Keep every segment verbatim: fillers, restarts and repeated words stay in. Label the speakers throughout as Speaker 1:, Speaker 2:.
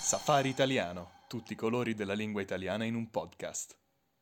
Speaker 1: Safari Italiano, tutti i colori della lingua italiana in un podcast.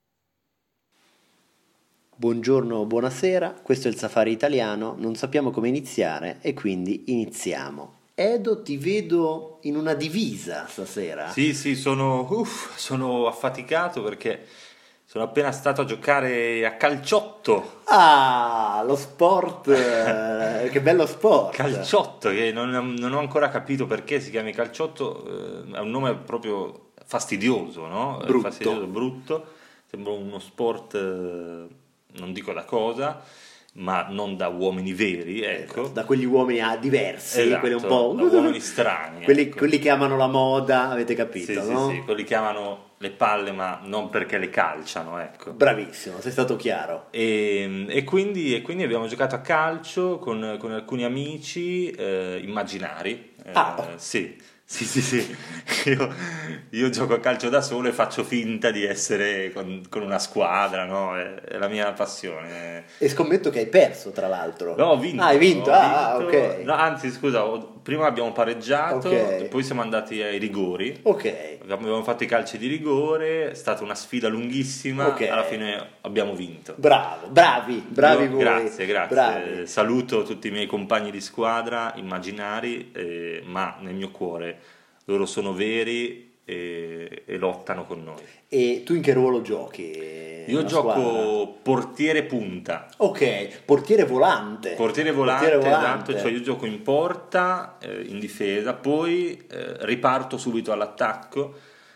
Speaker 2: Buongiorno, buonasera, questo è il Safari Italiano, non sappiamo come iniziare e quindi iniziamo. Edo, ti vedo in una divisa stasera.
Speaker 3: Sì, sì, sono, uff, sono affaticato perché sono appena stato a giocare a calciotto.
Speaker 2: Ah, lo sport, eh, che bello sport.
Speaker 3: Calciotto, che non, non ho ancora capito perché si chiami calciotto, eh, è un nome proprio fastidioso, no?
Speaker 2: Brutto.
Speaker 3: Fastidioso, brutto, sembra uno sport, eh, non dico da cosa, ma non da uomini veri, ecco.
Speaker 2: Da quegli uomini ah, diversi,
Speaker 3: Esatto,
Speaker 2: quelli un po'...
Speaker 3: da uomini strani.
Speaker 2: quelli,
Speaker 3: ecco.
Speaker 2: quelli che amano la moda, avete capito,
Speaker 3: Sì,
Speaker 2: no?
Speaker 3: sì, sì, quelli che amano le palle ma non perché le calciano, ecco.
Speaker 2: Bravissimo, sei stato chiaro.
Speaker 3: E, e, quindi, e quindi abbiamo giocato a calcio con, con alcuni amici eh, immaginari. Eh,
Speaker 2: Ah.
Speaker 3: sì, sì, sì, sì. Io, io gioco a calcio da solo e faccio finta di essere con, con una squadra, no? È, è la mia passione.
Speaker 2: E scommetto che hai perso, tra l'altro.
Speaker 3: No, ho vinto.
Speaker 2: Ah, hai vinto?
Speaker 3: ho
Speaker 2: Ah,
Speaker 3: vinto.
Speaker 2: ok.
Speaker 3: No, anzi, scusa, ho- prima abbiamo pareggiato,
Speaker 2: Ok.
Speaker 3: poi siamo andati ai rigori.
Speaker 2: Ok.
Speaker 3: Abbiamo fatto i calci di rigore, è stata una sfida lunghissima,
Speaker 2: Ok.
Speaker 3: alla fine abbiamo vinto.
Speaker 2: Bravo, bravi, bravi
Speaker 3: Io-
Speaker 2: voi.
Speaker 3: Grazie, grazie.
Speaker 2: Bravi.
Speaker 3: Saluto tutti i miei compagni di squadra immaginari, eh, ma nel mio cuore loro sono veri e, e lottano con noi.
Speaker 2: E tu in che ruolo giochi?
Speaker 3: Io
Speaker 2: nella
Speaker 3: gioco
Speaker 2: squadra?
Speaker 3: portiere punta.
Speaker 2: Ok, portiere volante.
Speaker 3: Portiere volante,
Speaker 2: Portiere volante.
Speaker 3: esatto, cioè io gioco in porta, eh, in difesa, poi eh, riparto subito all'attacco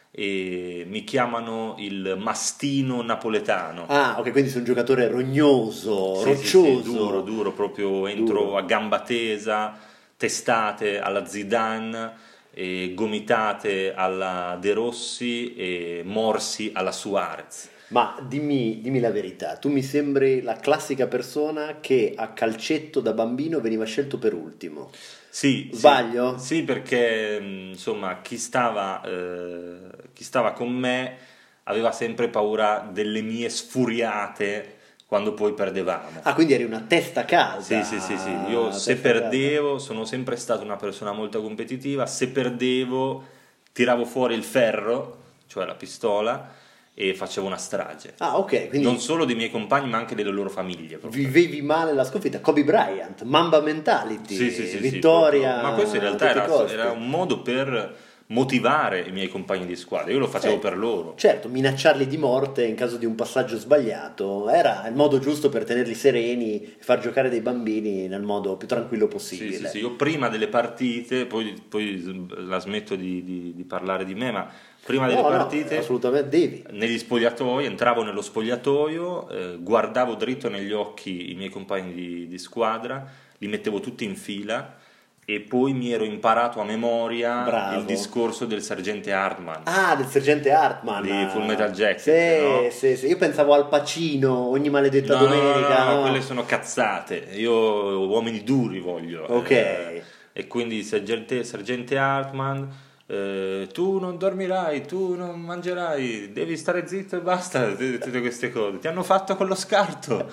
Speaker 3: e mi chiamano il mastino napoletano.
Speaker 2: Ah, ok, quindi sei un giocatore rognoso,
Speaker 3: Sì, sì,
Speaker 2: roccioso.
Speaker 3: sì, duro, duro, proprio entro
Speaker 2: Duro.
Speaker 3: a gamba tesa, testate alla Zidane, e gomitate alla De Rossi e morsi alla Suarez.
Speaker 2: Ma dimmi, dimmi la verità, tu mi sembri la classica persona che a calcetto da bambino veniva scelto per ultimo.
Speaker 3: Sì, sì,
Speaker 2: Sbaglio?
Speaker 3: sì, perché mh, insomma chi stava, eh, chi stava con me aveva sempre paura delle mie sfuriate quando poi perdevamo.
Speaker 2: Ah, quindi eri una testa calda.
Speaker 3: Sì, sì, sì, sì. Io
Speaker 2: Una
Speaker 3: se
Speaker 2: testa calda.
Speaker 3: perdevo, sono sempre stata una persona molto competitiva, se perdevo tiravo fuori il ferro, cioè la pistola, e facevo una strage.
Speaker 2: Ah, ok, quindi
Speaker 3: Non solo dei miei compagni, ma anche delle loro famiglie. proprio.
Speaker 2: vivevi male la sconfitta. Kobe Bryant, Mamba mentality,
Speaker 3: Sì, sì, sì, sì,
Speaker 2: vittoria.
Speaker 3: proprio. Ma questo in realtà
Speaker 2: a tutti i
Speaker 3: era,
Speaker 2: costi.
Speaker 3: era un modo per motivare i miei compagni di squadra, io lo facevo
Speaker 2: Eh,
Speaker 3: per loro.
Speaker 2: Certo, minacciarli di morte in caso di un passaggio sbagliato era il modo giusto per tenerli sereni e far giocare dei bambini nel modo più tranquillo
Speaker 3: Sì,
Speaker 2: possibile.
Speaker 3: sì, sì, io prima delle partite, poi, poi la smetto di, di- di parlare di me, ma prima delle
Speaker 2: No, no,
Speaker 3: partite
Speaker 2: assolutamente devi.
Speaker 3: negli spogliatoi, entravo nello spogliatoio, eh, guardavo dritto negli occhi i miei compagni di, di squadra, li mettevo tutti in fila e poi mi ero imparato a memoria
Speaker 2: Bravo.
Speaker 3: il discorso del sergente Hartman.
Speaker 2: Ah, del sergente Hartman.
Speaker 3: Di Full Metal Jacket,
Speaker 2: Sì,
Speaker 3: no?
Speaker 2: sì, sì. Io pensavo al Pacino ogni maledetta
Speaker 3: No, no,
Speaker 2: domenica.
Speaker 3: no, no,
Speaker 2: no?
Speaker 3: quelle sono cazzate. Io uomini duri voglio.
Speaker 2: Ok.
Speaker 3: Eh, e quindi sergente, sergente Hartman, eh, tu non dormirai, tu non mangerai, devi stare zitto e basta. t- Tutte queste cose. Ti hanno fatto con lo scarto.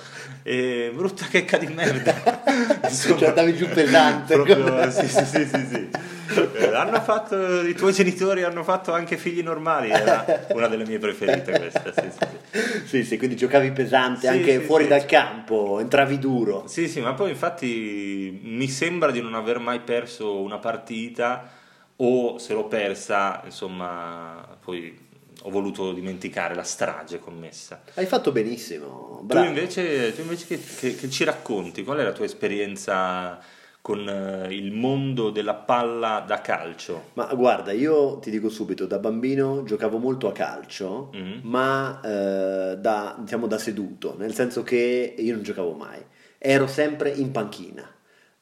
Speaker 3: E brutta checca di merda. Insomma,
Speaker 2: Cioè, davi giù pesante.
Speaker 3: proprio, sì, sì, sì, sì, sì. Eh, hanno fatto, i tuoi genitori hanno fatto anche figli normali. Era una delle mie preferite questa. Sì, sì, sì.
Speaker 2: Sì, sì, quindi giocavi pesante
Speaker 3: Sì,
Speaker 2: anche
Speaker 3: sì,
Speaker 2: fuori
Speaker 3: sì.
Speaker 2: dal campo, entravi duro.
Speaker 3: Sì, sì, ma poi infatti mi sembra di non aver mai perso una partita o se l'ho persa, insomma, poi ho voluto dimenticare la strage commessa.
Speaker 2: Hai fatto benissimo,
Speaker 3: Tu
Speaker 2: bravo.
Speaker 3: invece, tu invece che, che- che ci racconti? Qual è la tua esperienza con eh, il mondo della palla da calcio?
Speaker 2: Ma guarda, io ti dico subito, da bambino giocavo molto a calcio,
Speaker 3: Mhm.
Speaker 2: ma eh, da, diciamo da seduto, nel senso che io non giocavo mai, ero sempre in panchina.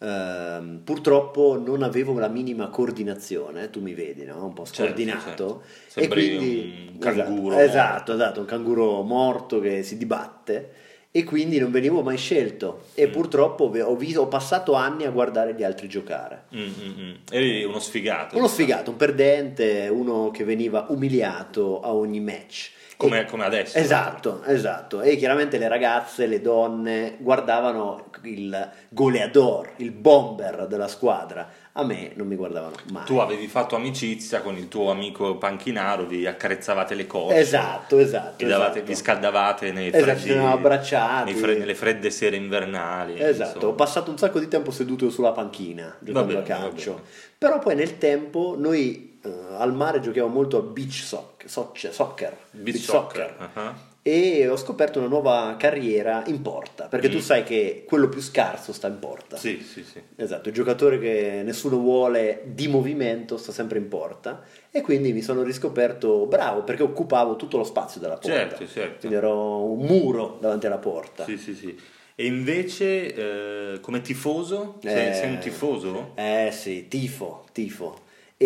Speaker 2: Ehm, purtroppo non avevo la minima coordinazione, tu mi vedi, no? Un po'
Speaker 3: Certo,
Speaker 2: scordinato.
Speaker 3: certo. Sembri un canguro
Speaker 2: Esatto, esatto, esatto, un canguro morto che si dibatte. E quindi non venivo mai scelto e
Speaker 3: Mm.
Speaker 2: purtroppo ve- ho, visto, ho passato anni a guardare gli altri giocare.
Speaker 3: Mm, mm, mm. Eri uno sfigato.
Speaker 2: Uno sfigato, un perdente, uno che veniva umiliato a ogni match.
Speaker 3: Come,
Speaker 2: E-
Speaker 3: come adesso.
Speaker 2: Esatto, esatto. E chiaramente le ragazze, le donne guardavano il goleador, il bomber della squadra. a me non mi guardavano mai.
Speaker 3: Tu avevi fatto amicizia con il tuo amico panchinaro, vi accarezzavate le cosce.
Speaker 2: Esatto, esatto.
Speaker 3: Vi, davate,
Speaker 2: esatto.
Speaker 3: vi scaldavate nei
Speaker 2: esatto,
Speaker 3: freddi,
Speaker 2: ci eravamo abbracciati.
Speaker 3: nei fred, nelle fredde sere invernali.
Speaker 2: Esatto,
Speaker 3: insomma.
Speaker 2: ho passato un sacco di tempo seduto sulla panchina giocando
Speaker 3: Va
Speaker 2: a
Speaker 3: bene,
Speaker 2: calcio.
Speaker 3: va bene.
Speaker 2: Però poi nel tempo noi eh, al mare giochiamo molto a beach soc- soc- soccer.
Speaker 3: Beach soccer. Uh-huh.
Speaker 2: E ho scoperto una nuova carriera in porta, perché
Speaker 3: Mm.
Speaker 2: tu sai che quello più scarso sta in porta.
Speaker 3: Sì, sì, sì.
Speaker 2: Esatto, il giocatore che nessuno vuole di movimento sta sempre in porta, e quindi mi sono riscoperto bravo perché occupavo tutto lo spazio della porta.
Speaker 3: Certo, certo.
Speaker 2: Quindi ero un muro davanti alla porta.
Speaker 3: Sì, sì, sì. E invece eh, come tifoso? Sei,
Speaker 2: Eh,
Speaker 3: sei un tifoso?
Speaker 2: Eh sì, tifo, tifo.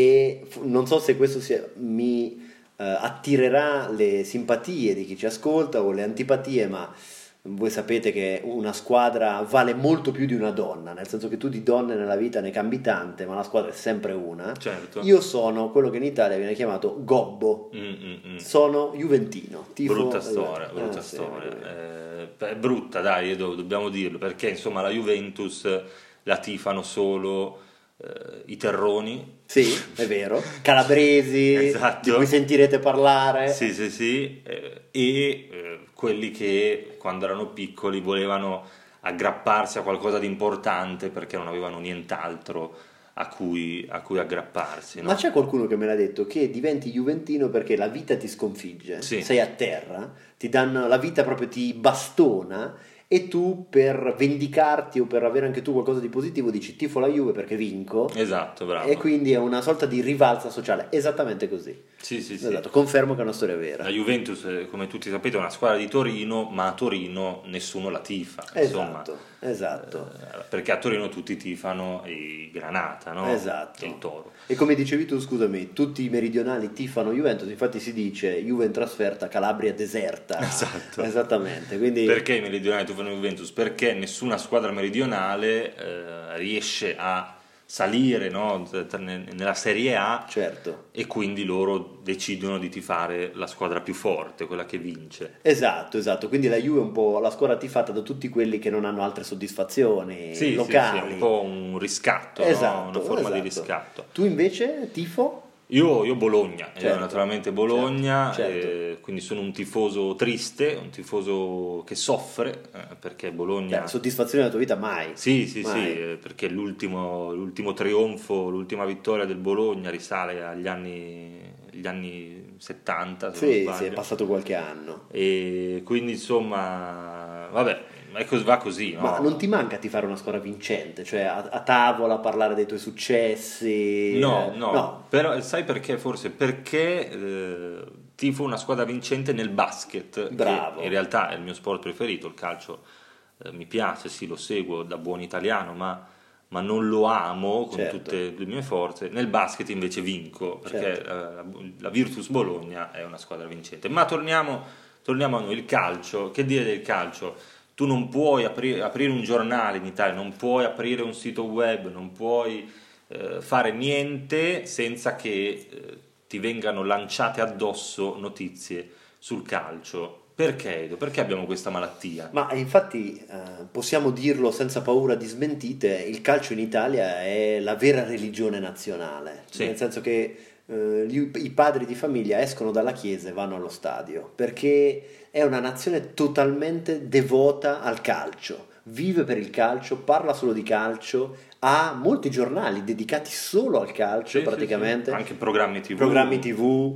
Speaker 2: E f- non so se questo sia, mi eh, attirerà le simpatie di chi ci ascolta o le antipatie, ma voi sapete che una squadra vale molto più di una donna, nel senso che tu di donne nella vita ne cambi tante, ma la squadra è sempre una.
Speaker 3: Certo.
Speaker 2: Io sono quello che in Italia viene chiamato gobbo.
Speaker 3: Mm, mm, mm.
Speaker 2: Sono juventino, tifo.
Speaker 3: Brutta storia,
Speaker 2: eh,
Speaker 3: brutta
Speaker 2: sì,
Speaker 3: storia.
Speaker 2: eh.
Speaker 3: Eh, è brutta, dai, do- dobbiamo dirlo, perché insomma la Juventus la tifano solo eh, i terroni.
Speaker 2: Sì, è vero. Calabresi,
Speaker 3: Esatto.
Speaker 2: di cui sentirete parlare.
Speaker 3: Sì, sì, sì, eh, e eh, quelli che quando erano piccoli volevano aggrapparsi a qualcosa di importante perché non avevano nient'altro a cui, a cui aggrapparsi, no?
Speaker 2: Ma c'è qualcuno che me l'ha detto che diventi juventino perché la vita ti sconfigge,
Speaker 3: Sì.
Speaker 2: sei a terra, ti danno la vita proprio ti bastona, e tu per vendicarti o per avere anche tu qualcosa di positivo dici tifo la Juve perché vinco.
Speaker 3: Esatto, bravo.
Speaker 2: E quindi è una sorta di rivalsa sociale, esattamente così.
Speaker 3: Sì, sì, sì.
Speaker 2: Esatto, confermo che è una storia vera.
Speaker 3: La Juventus, eh, come tutti sapete, è una squadra di Torino, ma a Torino nessuno la tifa. Insomma,
Speaker 2: Esatto, esatto.
Speaker 3: eh, perché a Torino tutti tifano i Granata, no?
Speaker 2: Esatto.
Speaker 3: E il Toro.
Speaker 2: E come dicevi tu, scusami, tutti i meridionali tifano Juventus, infatti si dice Juve in trasferta, Calabria deserta.
Speaker 3: Esatto.
Speaker 2: Esattamente, quindi
Speaker 3: Perché i meridionali tifano Juventus? Perché nessuna squadra meridionale eh, riesce a salire, no, nella Serie A,
Speaker 2: certo.
Speaker 3: e quindi loro decidono di tifare la squadra più forte, quella che vince.
Speaker 2: Esatto, esatto, quindi la Juve è un po' la squadra tifata da tutti quelli che non hanno altre soddisfazioni
Speaker 3: Sì,
Speaker 2: locali.
Speaker 3: sì, sì, un po' un riscatto,
Speaker 2: Esatto,
Speaker 3: no? Una forma
Speaker 2: esatto.
Speaker 3: di riscatto.
Speaker 2: Tu invece tifo?
Speaker 3: Io, io Bologna,
Speaker 2: Certo,
Speaker 3: io naturalmente Bologna,
Speaker 2: certo, certo.
Speaker 3: eh, quindi sono un tifoso triste, un tifoso che soffre, eh, perché Bologna...
Speaker 2: Beh, soddisfazione della tua vita mai.
Speaker 3: Sì, sì,
Speaker 2: Mai.
Speaker 3: sì, eh, perché l'ultimo, l'ultimo trionfo, l'ultima vittoria del Bologna risale agli anni, gli anni settanta, se non
Speaker 2: Sì,
Speaker 3: sbaglio.
Speaker 2: sì, è passato qualche anno.
Speaker 3: E quindi insomma, vabbè, è cos- va così, no?
Speaker 2: Ma non ti manca di fare una squadra vincente, cioè a, a tavola parlare dei tuoi successi?
Speaker 3: No,
Speaker 2: eh,
Speaker 3: no, però sai perché? Forse perché eh, tifo una squadra vincente nel basket,
Speaker 2: Bravo.
Speaker 3: che in realtà è il mio sport preferito, il calcio eh, mi piace, sì, lo seguo da buon italiano, ma, ma non lo amo con
Speaker 2: Certo.
Speaker 3: tutte le mie forze. Nel basket invece vinco, perché
Speaker 2: Certo.
Speaker 3: eh, la, la Virtus Bologna è una squadra vincente. Ma torniamo, torniamo a noi, il calcio, che dire del calcio? Tu non puoi apri- aprire un giornale in Italia, non puoi aprire un sito web, non puoi eh, fare niente senza che eh, ti vengano lanciate addosso notizie sul calcio. Perché, Edo? Perché abbiamo questa malattia?
Speaker 2: Ma infatti eh, possiamo dirlo senza paura di smentite, il calcio in Italia è la vera religione nazionale,
Speaker 3: Sì.
Speaker 2: nel senso che eh, gli- i padri di famiglia escono dalla chiesa e vanno allo stadio, perché è una nazione totalmente devota al calcio, vive per il calcio, parla solo di calcio, ha molti giornali dedicati solo al calcio,
Speaker 3: Sì,
Speaker 2: praticamente,
Speaker 3: sì, sì. Anche programmi tivù.
Speaker 2: programmi tivù,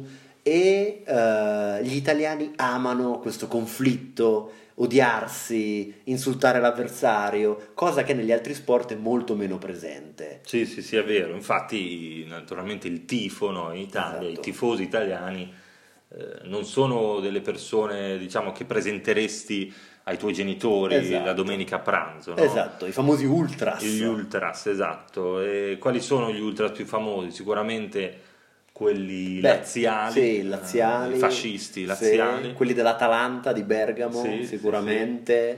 Speaker 2: e eh, gli italiani amano questo conflitto, odiarsi, insultare l'avversario, cosa che negli altri sport è molto meno presente.
Speaker 3: Sì, sì, sì, è vero. Infatti, naturalmente il tifo, no, in Italia,
Speaker 2: Esatto.
Speaker 3: i tifosi italiani eh, non sono delle persone, diciamo, che presenteresti ai tuoi genitori
Speaker 2: Esatto.
Speaker 3: la domenica a pranzo, no?
Speaker 2: Esatto, i famosi ultras.
Speaker 3: Gli ultras, esatto. E quali sono gli ultras più famosi? Sicuramente quelli
Speaker 2: Beh,
Speaker 3: laziali,
Speaker 2: sì, laziali,
Speaker 3: eh, i fascisti
Speaker 2: sì,
Speaker 3: laziali.
Speaker 2: quelli dell'Atalanta di Bergamo,
Speaker 3: Sì, sì,
Speaker 2: sicuramente.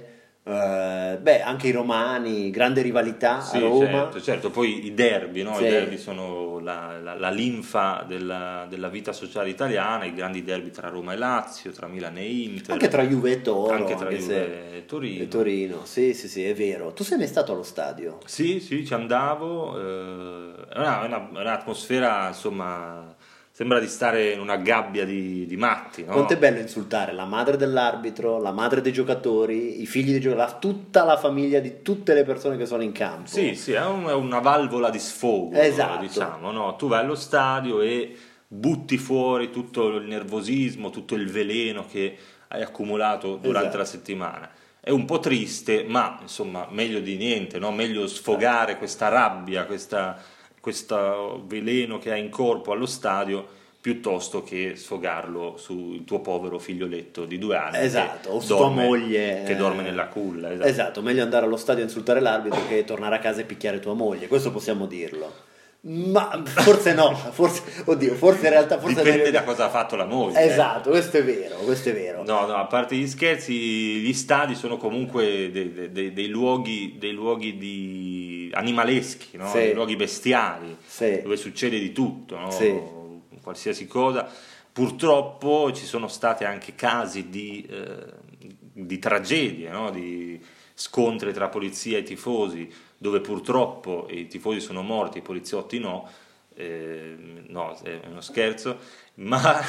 Speaker 2: Uh, beh, anche i romani, grande rivalità
Speaker 3: sì,
Speaker 2: a Roma.
Speaker 3: Certo, certo, poi i derby, no?
Speaker 2: Sì.
Speaker 3: I derby sono la, la, la linfa della, della vita sociale italiana, i grandi derby tra Roma e Lazio, tra Milano e Inter.
Speaker 2: Anche tra Juve e Toro.
Speaker 3: Anche tra
Speaker 2: anche
Speaker 3: Juve e Torino.
Speaker 2: E Torino, sì, sì, sì, è vero. Tu sei mai stato allo stadio?
Speaker 3: Sì, sì, ci andavo. Eh, è una, è una, è un'atmosfera, insomma, sembra di stare in una gabbia di, di matti, no?
Speaker 2: Quanto è bello insultare la madre dell'arbitro, la madre dei giocatori, i figli dei giocatori, tutta la famiglia di tutte le persone che sono in campo.
Speaker 3: Sì, sì, è, un, è una valvola di sfogo,
Speaker 2: esatto.
Speaker 3: diciamo, no? Tu vai allo stadio e butti fuori tutto il nervosismo, tutto il veleno che hai accumulato durante
Speaker 2: esatto.
Speaker 3: la settimana. È un po' triste, ma insomma, meglio di niente, no? Meglio sfogare questa rabbia, questa... questo veleno che hai in corpo allo stadio piuttosto che sfogarlo sul tuo povero figlioletto di due anni,
Speaker 2: esatto, o su
Speaker 3: dorme,
Speaker 2: tua moglie
Speaker 3: che dorme nella culla. Esatto.
Speaker 2: esatto, meglio andare allo stadio a insultare l'arbitro che tornare a casa e picchiare tua moglie, questo possiamo dirlo. Ma forse no, forse, oddio, forse in realtà forse
Speaker 3: dipende
Speaker 2: deve...
Speaker 3: da cosa ha fatto la moglie.
Speaker 2: Esatto, questo è vero, questo è vero.
Speaker 3: No, no, a parte gli scherzi, gli stadi sono comunque dei, dei, dei luoghi, dei luoghi di animaleschi, no?
Speaker 2: Sì.
Speaker 3: Dei luoghi bestiali,
Speaker 2: sì.
Speaker 3: dove succede di tutto, no?
Speaker 2: Sì.
Speaker 3: Qualsiasi cosa. Purtroppo ci sono stati anche casi di, eh, di tragedie, no? Di scontri tra polizia e tifosi, dove purtroppo i tifosi sono morti, i poliziotti no. Eh, no, è uno scherzo, ma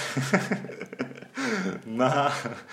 Speaker 3: ma,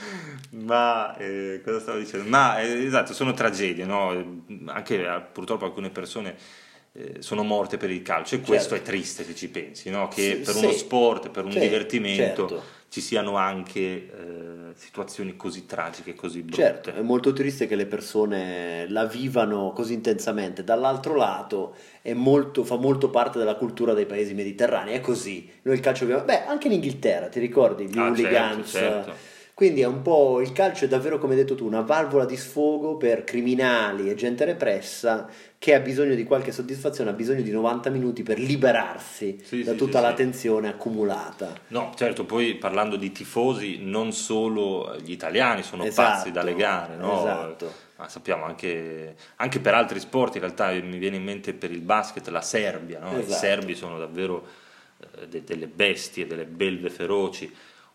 Speaker 3: ma eh, cosa stavo dicendo? Ma eh, esatto, sono tragedie, no? Anche eh, purtroppo alcune persone eh, sono morte per il calcio e questo
Speaker 2: certo.
Speaker 3: È triste se ci pensi, no? Che
Speaker 2: sì,
Speaker 3: per
Speaker 2: sì.
Speaker 3: uno sport, per un
Speaker 2: sì,
Speaker 3: divertimento
Speaker 2: certo.
Speaker 3: ci siano anche eh, situazioni così tragiche, così brutte.
Speaker 2: Certo, è molto triste che le persone la vivano così intensamente. Dall'altro lato è molto, fa molto parte della cultura dei paesi mediterranei, è così. Noi il calcio abbiamo... Beh, anche in Inghilterra, ti ricordi? Gli
Speaker 3: Ah,
Speaker 2: hooligans.
Speaker 3: certo, certo.
Speaker 2: Quindi è un po', il calcio è davvero, come hai detto tu, una valvola di sfogo per criminali e gente repressa che ha bisogno di qualche soddisfazione, ha bisogno di novanta minuti per liberarsi
Speaker 3: sì,
Speaker 2: da
Speaker 3: sì,
Speaker 2: tutta
Speaker 3: sì,
Speaker 2: la
Speaker 3: sì.
Speaker 2: tensione accumulata.
Speaker 3: No, certo, poi parlando di tifosi, non solo gli italiani sono
Speaker 2: Esatto,
Speaker 3: pazzi dalle gare, no?
Speaker 2: Esatto.
Speaker 3: Ma sappiamo anche, anche per altri sport, in realtà mi viene in mente per il basket la Serbia, no?
Speaker 2: Esatto.
Speaker 3: I serbi sono davvero eh, de- delle bestie, delle belve feroci.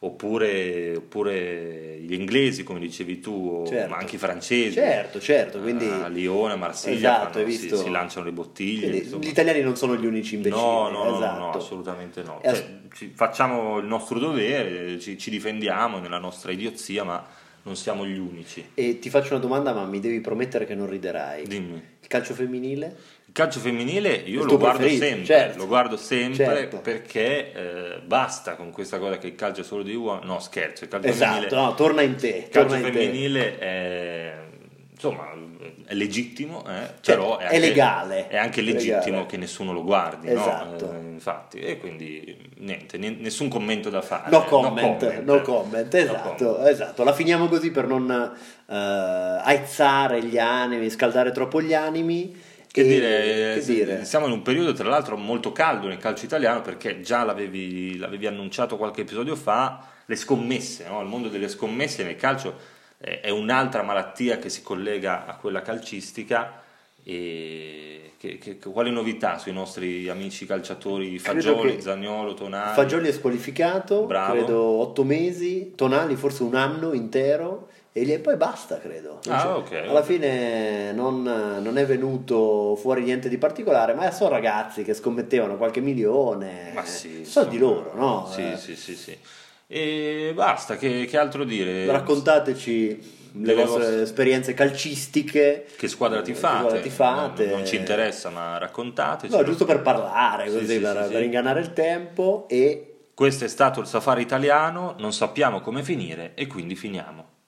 Speaker 3: Oppure, oppure gli inglesi, come dicevi tu,
Speaker 2: certo.
Speaker 3: ma anche i francesi.
Speaker 2: Certo, certo. Quindi...
Speaker 3: A Lione, a Marsiglia,
Speaker 2: esatto,
Speaker 3: fanno,
Speaker 2: hai visto...
Speaker 3: si, si lanciano le bottiglie.
Speaker 2: Quindi, gli italiani non sono gli unici imbecilli.
Speaker 3: No, no, no,
Speaker 2: esatto.
Speaker 3: no, no, assolutamente no.
Speaker 2: E
Speaker 3: Cioè,
Speaker 2: as-
Speaker 3: ci, facciamo il nostro dovere, ci, ci difendiamo nella nostra idiozia, ma non siamo gli unici.
Speaker 2: E ti faccio una domanda, ma mi devi promettere che non riderai.
Speaker 3: Dimmi.
Speaker 2: Il calcio femminile?
Speaker 3: Il calcio femminile io
Speaker 2: Il
Speaker 3: lo
Speaker 2: tuo
Speaker 3: guardo
Speaker 2: preferito,
Speaker 3: sempre,
Speaker 2: certo.
Speaker 3: lo guardo sempre
Speaker 2: Certo.
Speaker 3: perché eh, basta con questa cosa che il calcio è solo di uomini. No, scherzo, il calcio
Speaker 2: Esatto,
Speaker 3: femminile,
Speaker 2: no, torna in te.
Speaker 3: il calcio
Speaker 2: torna in te.
Speaker 3: femminile è, insomma, è legittimo, eh,
Speaker 2: Certo,
Speaker 3: però è,
Speaker 2: è
Speaker 3: anche,
Speaker 2: legale.
Speaker 3: È anche
Speaker 2: È
Speaker 3: legittimo
Speaker 2: legale.
Speaker 3: che nessuno lo guardi,
Speaker 2: Esatto.
Speaker 3: no? Eh, infatti, e quindi niente, ne- nessun commento da fare.
Speaker 2: No comment,
Speaker 3: comment.
Speaker 2: no comment, esatto,
Speaker 3: No comment.
Speaker 2: esatto. La finiamo così per non eh, aizzare gli animi, scaldare troppo gli animi.
Speaker 3: Che,
Speaker 2: E-
Speaker 3: dire,
Speaker 2: che
Speaker 3: se-
Speaker 2: dire?
Speaker 3: siamo in un periodo tra l'altro molto caldo nel calcio italiano perché già l'avevi, l'avevi annunciato qualche episodio fa, le scommesse, no? Il mondo delle scommesse nel calcio eh, è un'altra malattia che si collega a quella calcistica. E che, che, quali novità sui nostri amici calciatori Fagioli,
Speaker 2: che
Speaker 3: Zaniolo, Tonali?
Speaker 2: Fagioli è squalificato,
Speaker 3: Bravo.
Speaker 2: credo otto mesi, Tonali forse un anno intero e lì- poi basta, credo. Non
Speaker 3: Ah,
Speaker 2: c'è-
Speaker 3: ok.
Speaker 2: Alla fine non, non è venuto fuori niente di particolare, ma sono ragazzi che scommettevano qualche milione,
Speaker 3: Ma sì,
Speaker 2: soldi
Speaker 3: insomma,
Speaker 2: loro, no?
Speaker 3: Sì,
Speaker 2: Eh,
Speaker 3: sì, sì, sì. E basta, che, che altro dire?
Speaker 2: Raccontateci le
Speaker 3: Delle
Speaker 2: vostre
Speaker 3: vostre-
Speaker 2: esperienze calcistiche.
Speaker 3: Che squadra ti
Speaker 2: Che
Speaker 3: fate?
Speaker 2: squadra ti fate.
Speaker 3: Non, non ci interessa, ma raccontateci.
Speaker 2: No, giusto per parlare,
Speaker 3: Sì,
Speaker 2: così
Speaker 3: sì,
Speaker 2: per,
Speaker 3: sì,
Speaker 2: per
Speaker 3: sì.
Speaker 2: ingannare il tempo e
Speaker 3: Questo è stato il Safari Italiano, non sappiamo come finire e quindi finiamo.